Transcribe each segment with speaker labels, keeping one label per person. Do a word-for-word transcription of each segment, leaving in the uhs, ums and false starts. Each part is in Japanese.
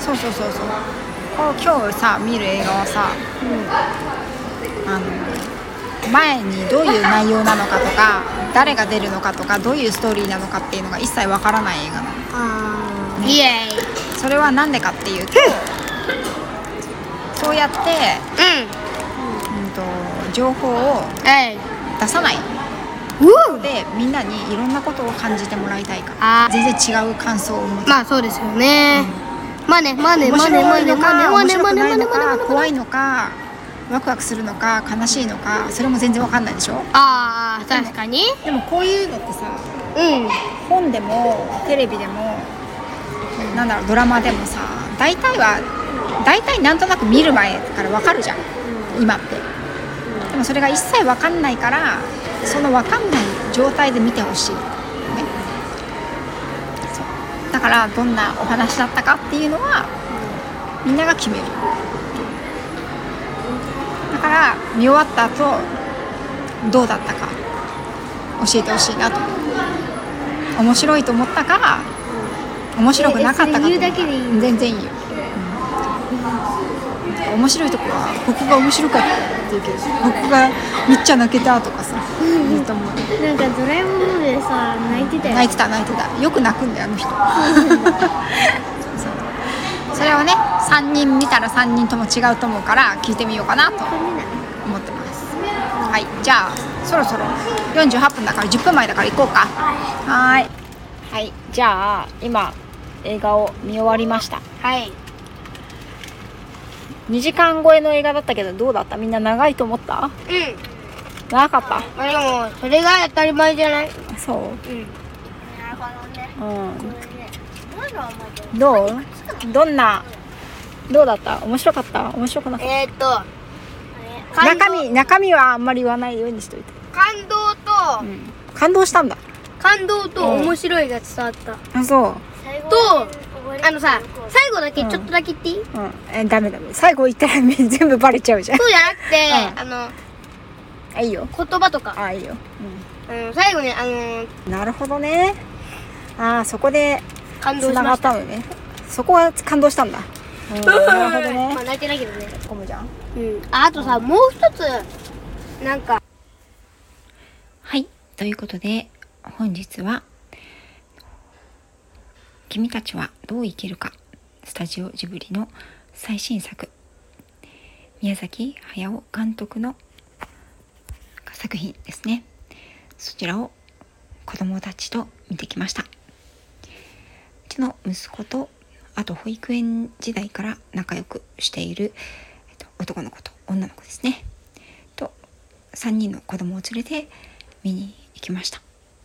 Speaker 1: そうそうそうそう。こう今日さ見る映画はさ、うん、あの前にどういう内容なのかとか誰が出るのかとかどういうストーリーなのかっていうのが一切わからない映画なの。
Speaker 2: あー、ね、イエーイ。
Speaker 1: それはなんでかっていうと、そうやって、うんうん、と情報を出さないのでみんなにいろんなことを感じてもらいたいから全然違う感想を持つ。
Speaker 2: まあそうですよね、うん、まあねまあねまあねまあねまあねまあねまあねまあねまあね
Speaker 1: 怖いのかワクワクするのか悲しいのかそれも全然わかんないでしょ。
Speaker 2: ああ確かに。
Speaker 1: でもこういうのってさ、
Speaker 2: うん、
Speaker 1: 本でもテレビでも、うん、なんだろうドラマでもさ大体は大体なんとなく見る前からわかるじゃん、うん、今って。でもそれが一切わかんないからそのわかんない状態で見てほしい、ね、そうだからどんなお話だったかっていうのはみんなが決める。だから見終わった後どうだったか教えてほしいなと。面白いと思ったか面白くなかったかと思ったら全然いいよ、うん、面白いとこはここが面白かったって言うけどここがめっちゃ泣けたとかさ言うと思う。
Speaker 2: なんかドラえもんでさ泣いてたよ。
Speaker 1: 泣いてた泣いてた。よく泣くんだよあの人そうそれをねさんにん見たらさんにんとも違うと思うから聞いてみようかなと思ってます。はい、じゃあそろそろよんじゅうはっぷんだからじゅっぷんまえだから行こうか。はい、はい、じゃあ今映画を見終わりました。
Speaker 2: はい、
Speaker 1: にじかん超えの映画だったけどどうだった？みんな長いと思った？
Speaker 2: うん、
Speaker 1: 長かった。
Speaker 2: まあ、でもそれが当たり前じゃない？
Speaker 1: そう、うん、
Speaker 2: なるほどね、
Speaker 1: うん、どう？どんなどうだった？面白かった？面白くなかった？
Speaker 2: えー、っと
Speaker 1: 中身中身はあんまり言わないようにしといて。
Speaker 2: 感動と、
Speaker 1: うん、感動したんだ。
Speaker 2: 感動と面白いが伝わった、
Speaker 1: うん、あ、そう
Speaker 2: とあのさ最後だけちょっとだけ言っていい？
Speaker 1: うん、うん、えダメダメ最後言ったら全部バレちゃうじゃん。
Speaker 2: そうじゃなくて、
Speaker 1: うん、
Speaker 2: あの
Speaker 1: あいいよ
Speaker 2: 言葉とか
Speaker 1: あいいよ、
Speaker 2: うん、あの最後にあの
Speaker 1: なるほどね。あそこで
Speaker 2: 感動しました。
Speaker 1: 繋がったのね。そこは感動したんだ。うん、なるほどね。
Speaker 2: まあ泣いてないけどね。
Speaker 1: 込むじゃん。
Speaker 2: うん。あ、あとさ、もう一つなんか
Speaker 1: はいということで本日は君たちはどう生きるかスタジオジブリの最新作宮崎駿監督の作品ですね。そちらを子供たちと見てきました。うちの息子とあと保育園時代から仲良くしている、えっと、男の子と女の子ですねとさんにんの子供を連れて見に行きました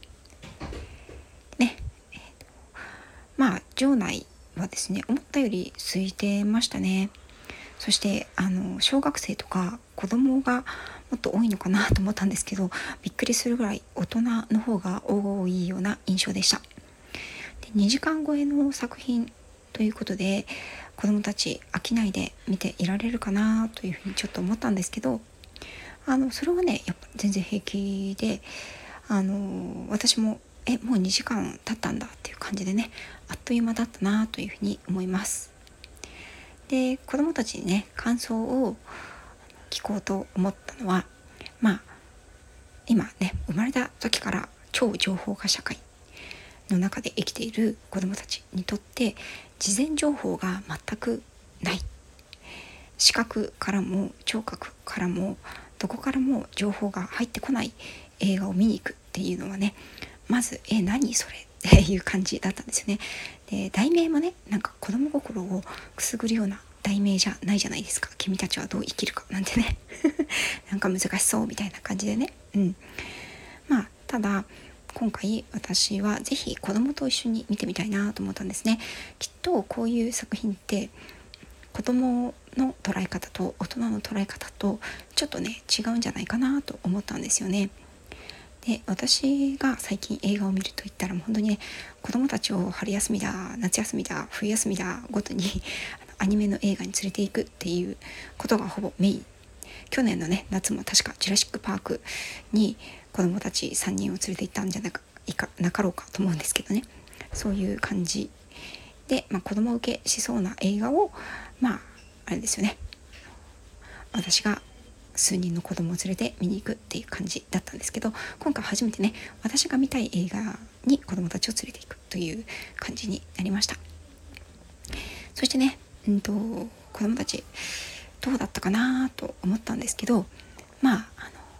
Speaker 1: ね。えー、まあ場内はですね思ったより空いてましたね。そしてあの小学生とか子供がもっと多いのかなと思ったんですけどびっくりするぐらい大人の方が多いような印象でした。でにじかん超えの作品ということで子供たち飽きないで見ていられるかなというふうにちょっと思ったんですけどあのそれはねやっぱ全然平気であの私もえもうにじかん経ったんだっていう感じでねあっという間だったなというふうに思います。で子供たちにね感想を聞こうと思ったのはまあ今ね生まれた時から超情報化社会の中で生きている子どもたちにとって事前情報が全くない。視覚からも聴覚からもどこからも情報が入ってこない映画を見に行くっていうのはねまずえ何それっていう感じだったんですよね。で題名もねなんか子供心をくすぐるような題名じゃないじゃないですか。君たちはどう生きるかなんてねなんか難しそうみたいな感じでね、うん、まあただ今回私はぜひ子供と一緒に見てみたいなと思ったんですね。きっとこういう作品って子供の捉え方と大人の捉え方とちょっとね違うんじゃないかなと思ったんですよね。で私が最近映画を見ると言ったら本当にね子供たちを春休みだ夏休みだ冬休みだごとにアニメの映画に連れていくっていうことがほぼメイン。去年のね夏も確かジュラシックパークに子供たちさんにんを連れて行ったんじゃなかなかろうかと思うんですけどねそういう感じで、まあ、子供受けしそうな映画をまああれですよね、私が数人の子供を連れて見に行くっていう感じだったんですけど、今回初めてね、私が見たい映画に子供たちを連れていくという感じになりました。そしてね、うんと子供たちどうだったかなと思ったんですけど、まあ、あの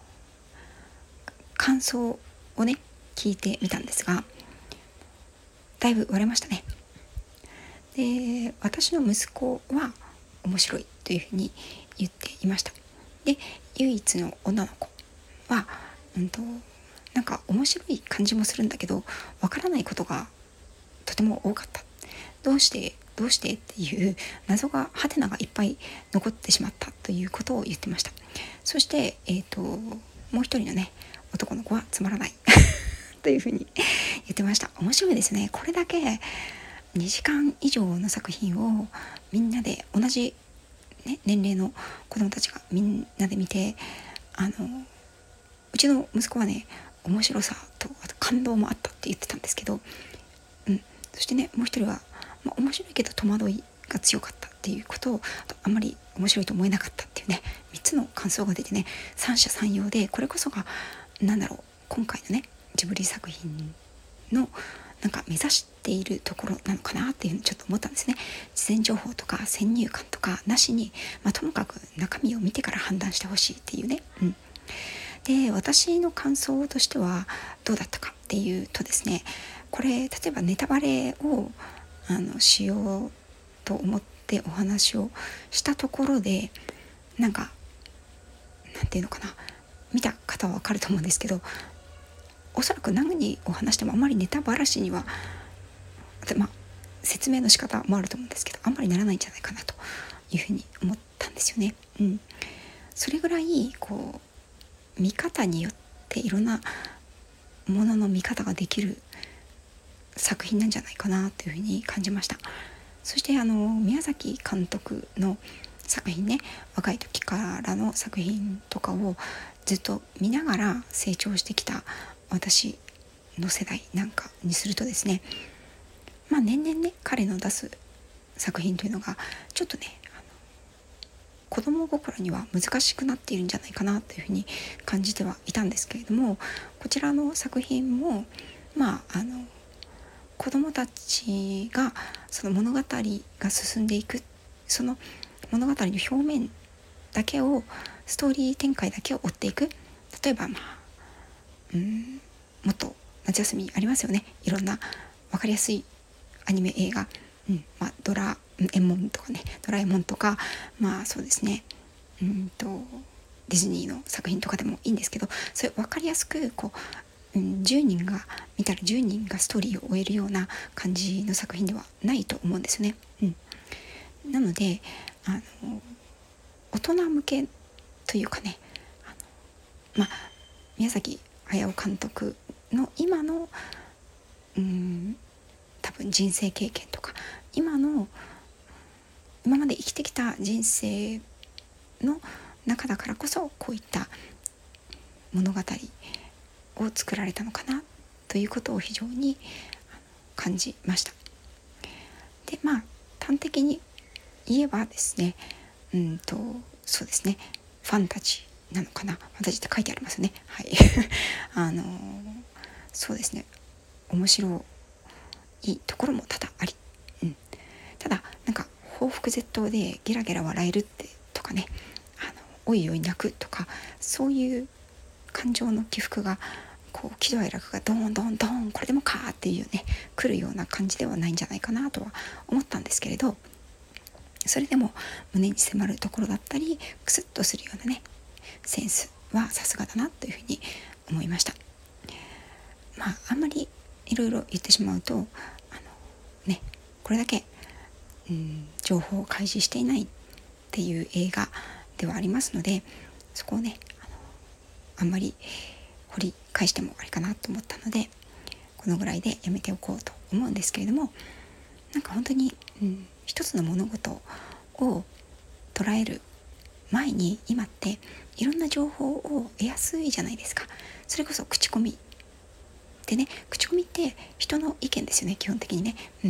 Speaker 1: 感想をね聞いてみたんですが、だいぶ割れましたね。で、私の息子は面白いというふうに言っていました。で、唯一の女の子は、うんと、なんか面白い感じもするんだけど、わからないことがとても多かった。どうしてどうしてっていう謎がハテナがいっぱい残ってしまったということを言ってました。そして、えーと、もう一人のね男の子はつまらないというふうに言ってました。面白いですね。これだけにじかん以上の作品をみんなで同じ、ね、年齢の子供たちがみんなで見て、あのうちの息子はね面白さとあと感動もあったって言ってたんですけど、うん、そしてねもう一人は、まあ、面白いけど戸惑いが強かったっていうことを、あとあんまり面白いと思えなかったっていうねみっつの感想が出てね、三者三様で、これこそがなんだろう、今回のねジブリ作品のなんか目指しているところなのかなっていうふうにちょっと思ったんですね。事前情報とか先入観とかなしに、まあ、ともかく中身を見てから判断してほしいっていうね、うん、で、私の感想としてはどうだったかっていうとですね、これ例えばネタバレをあのしようと思ってお話をしたところで、なんかなんていうのかな、見た方はわかると思うんですけど、おそらく何を話してもあまりネタバラシには、まあ、説明の仕方もあると思うんですけど、あんまりならないんじゃないかなというふうに思ったんですよね。うん、それぐらいこう見方によっていろんなものの見方ができる作品なんじゃないかなというふうに感じました。そしてあの宮崎監督の作品ね、若い時からの作品とかをずっと見ながら成長してきた私の世代なんかにするとですね、まあ年々ね彼の出す作品というのがちょっとね子供心には難しくなっているんじゃないかなというふうに感じてはいたんですけれども、こちらの作品もまああの子供たちがその物語が進んでいく、その物語の表面だけを、ストーリー展開だけを追っていく。例えばまあうんもっと夏休みありますよね、いろんな分かりやすいアニメ映画、うんまあ、ドラえもんとかね、ドラえもんとか、まあそうですね、うんとディズニーの作品とかでもいいんですけど、それ分かりやすくこう、うん、じゅうにんが見たらじゅうにんがストーリーを終えるような感じの作品ではないと思うんですよね。うん、なのであの大人向けというかね、あのまあ宮崎駿監督の今のうん多分人生経験とか、今の今まで生きてきた人生の中だからこそこういった物語を作られたのかなということを非常に感じました。で、まあ端的に言えばですね、うんとそうですね、ファンタジーなのかな、ファンタジーって書いてありますね。はいあのそうですね、面白いところも多々あり、うん、ただなんか報復絶倒でゲラゲラ笑えるってとかね、あのおいおい泣くとか、そういう感情の起伏がこう喜怒哀楽がドーンドーンドーンこれでもかーっていうね来るような感じではないんじゃないかなとは思ったんですけれど、それでも胸に迫るところだったりクスッとするようなねセンスはさすがだなというふうに思いました。まああんまりいろいろ言ってしまうとあのねこれだけ、うん、情報を開示していないっていう映画ではありますので、そこをねあのあんまり掘り返してもあれかなと思ったので、このぐらいでやめておこうと思うんですけれども、なんか本当に、うん、一つの物事を捉える前に今っていろんな情報を得やすいじゃないですか。それこそ口コミでね、口コミって人の意見ですよね、基本的にね、うん、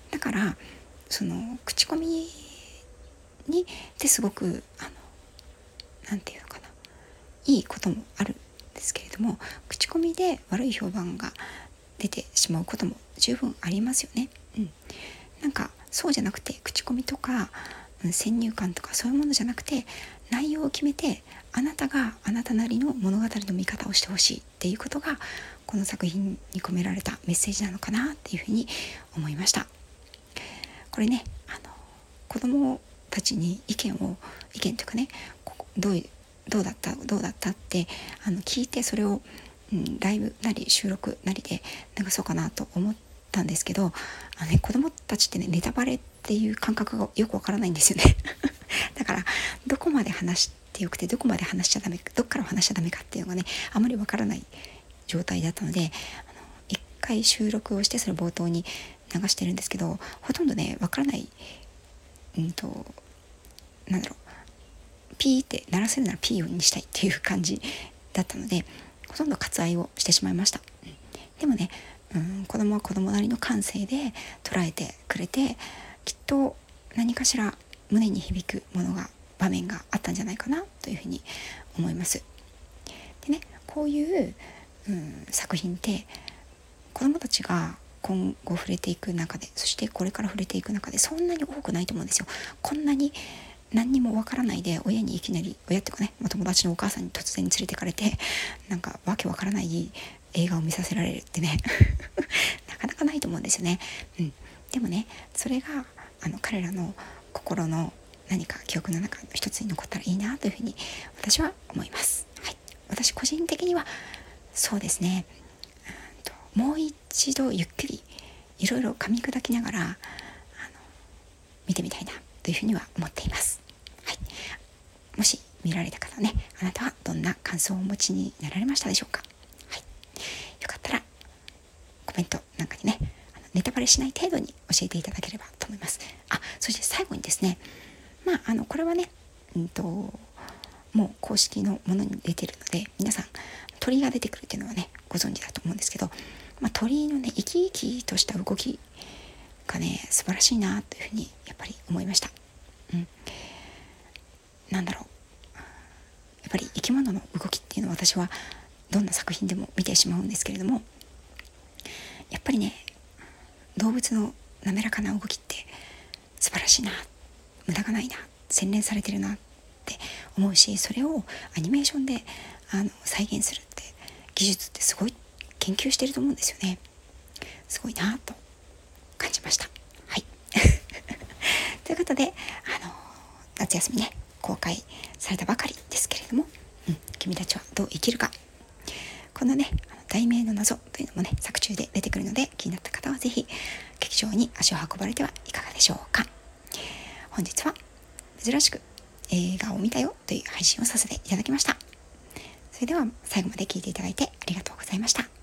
Speaker 1: だからその口コミにってすごくあのなんていうのかないいこともあるんですけれども、口コミで悪い評判が出てしまうことも十分ありますよね。うん、なんかそうじゃなくて、口コミとか、うん、先入観とかそういうものじゃなくて、内容を決めてあなたがあなたなりの物語の見方をしてほしいっていうことがこの作品に込められたメッセージなのかなっていうふうに思いました。これね、あの子供たちに意見を意見というかね、ここどういうどうだったどうだったってあの聞いて、それを、うん、ライブなり収録なりで流そうかなと思ったんですけど、あの、ね、子供たちってね、ネタバレっていう感覚がよくわからないんですよねだからどこまで話してよくてどこまで話しちゃダメか、どっから話しちゃダメかっていうのがね、あまりわからない状態だったので、あの一回収録をしてそれを冒頭に流してるんですけど、ほとんどねわからない、うんとなんだろうピーって鳴らせるならピーにしたいっていう感じだったので、ほとんど割愛をしてしまいました。うん、でもね、うん、子供は子供なりの感性で捉えてくれて、きっと何かしら胸に響くものが場面があったんじゃないかなというふうに思います。でね、こういう、うん、作品って子供たちが今後触れていく中で、そしてこれから触れていく中でそんなに多くないと思うんですよ。こんなに何にもわからないで親にいきなり、親っていうかね、友達のお母さんに突然連れてかれて、なんかわけわからない映画を見させられるってねなかなかないと思うんですよね。うん、でもね、それがあの彼らの心の何か記憶の中の一つに残ったらいいなというふうに私は思います。はい、私個人的にはそうですね、うんと、もう一度ゆっくりいろいろ噛み砕きながらあの見てみたいなというふうには思っています。はい、もし見られた方ね、あなたはどんな感想をお持ちになられましたでしょうか。はい、よかったらコメントなんかにね、あのネタバレしない程度に教えていただければと思います。あ、そして最後にですね、まああのこれはね、うんともう公式のものに出てるので、皆さん鳥が出てくるっていうのはねご存知だと思うんですけど、まあ、鳥のね生き生きとした動きがね素晴らしいなというふうにやっぱり思いました。うん、なんだろう、やっぱり生き物の動きっていうのは私はどんな作品でも見てしまうんですけれども、やっぱりね動物の滑らかな動きって素晴らしいな、無駄がないな、洗練されてるなって思うし、それをアニメーションであの再現するって技術ってすごい研究してると思うんですよね。すごいなと感じました。はい。ということで、あの夏休みね公開されたばかりですけれども、うん、君たちはどう生きるか。このね題名の謎というのもね作中で出てくるので、気になった方はぜひ劇場に足を運ばれてはいかがでしょうか。本日は珍しく映画を見たよという配信をさせていただきました。それでは最後まで聞いていただいてありがとうございました。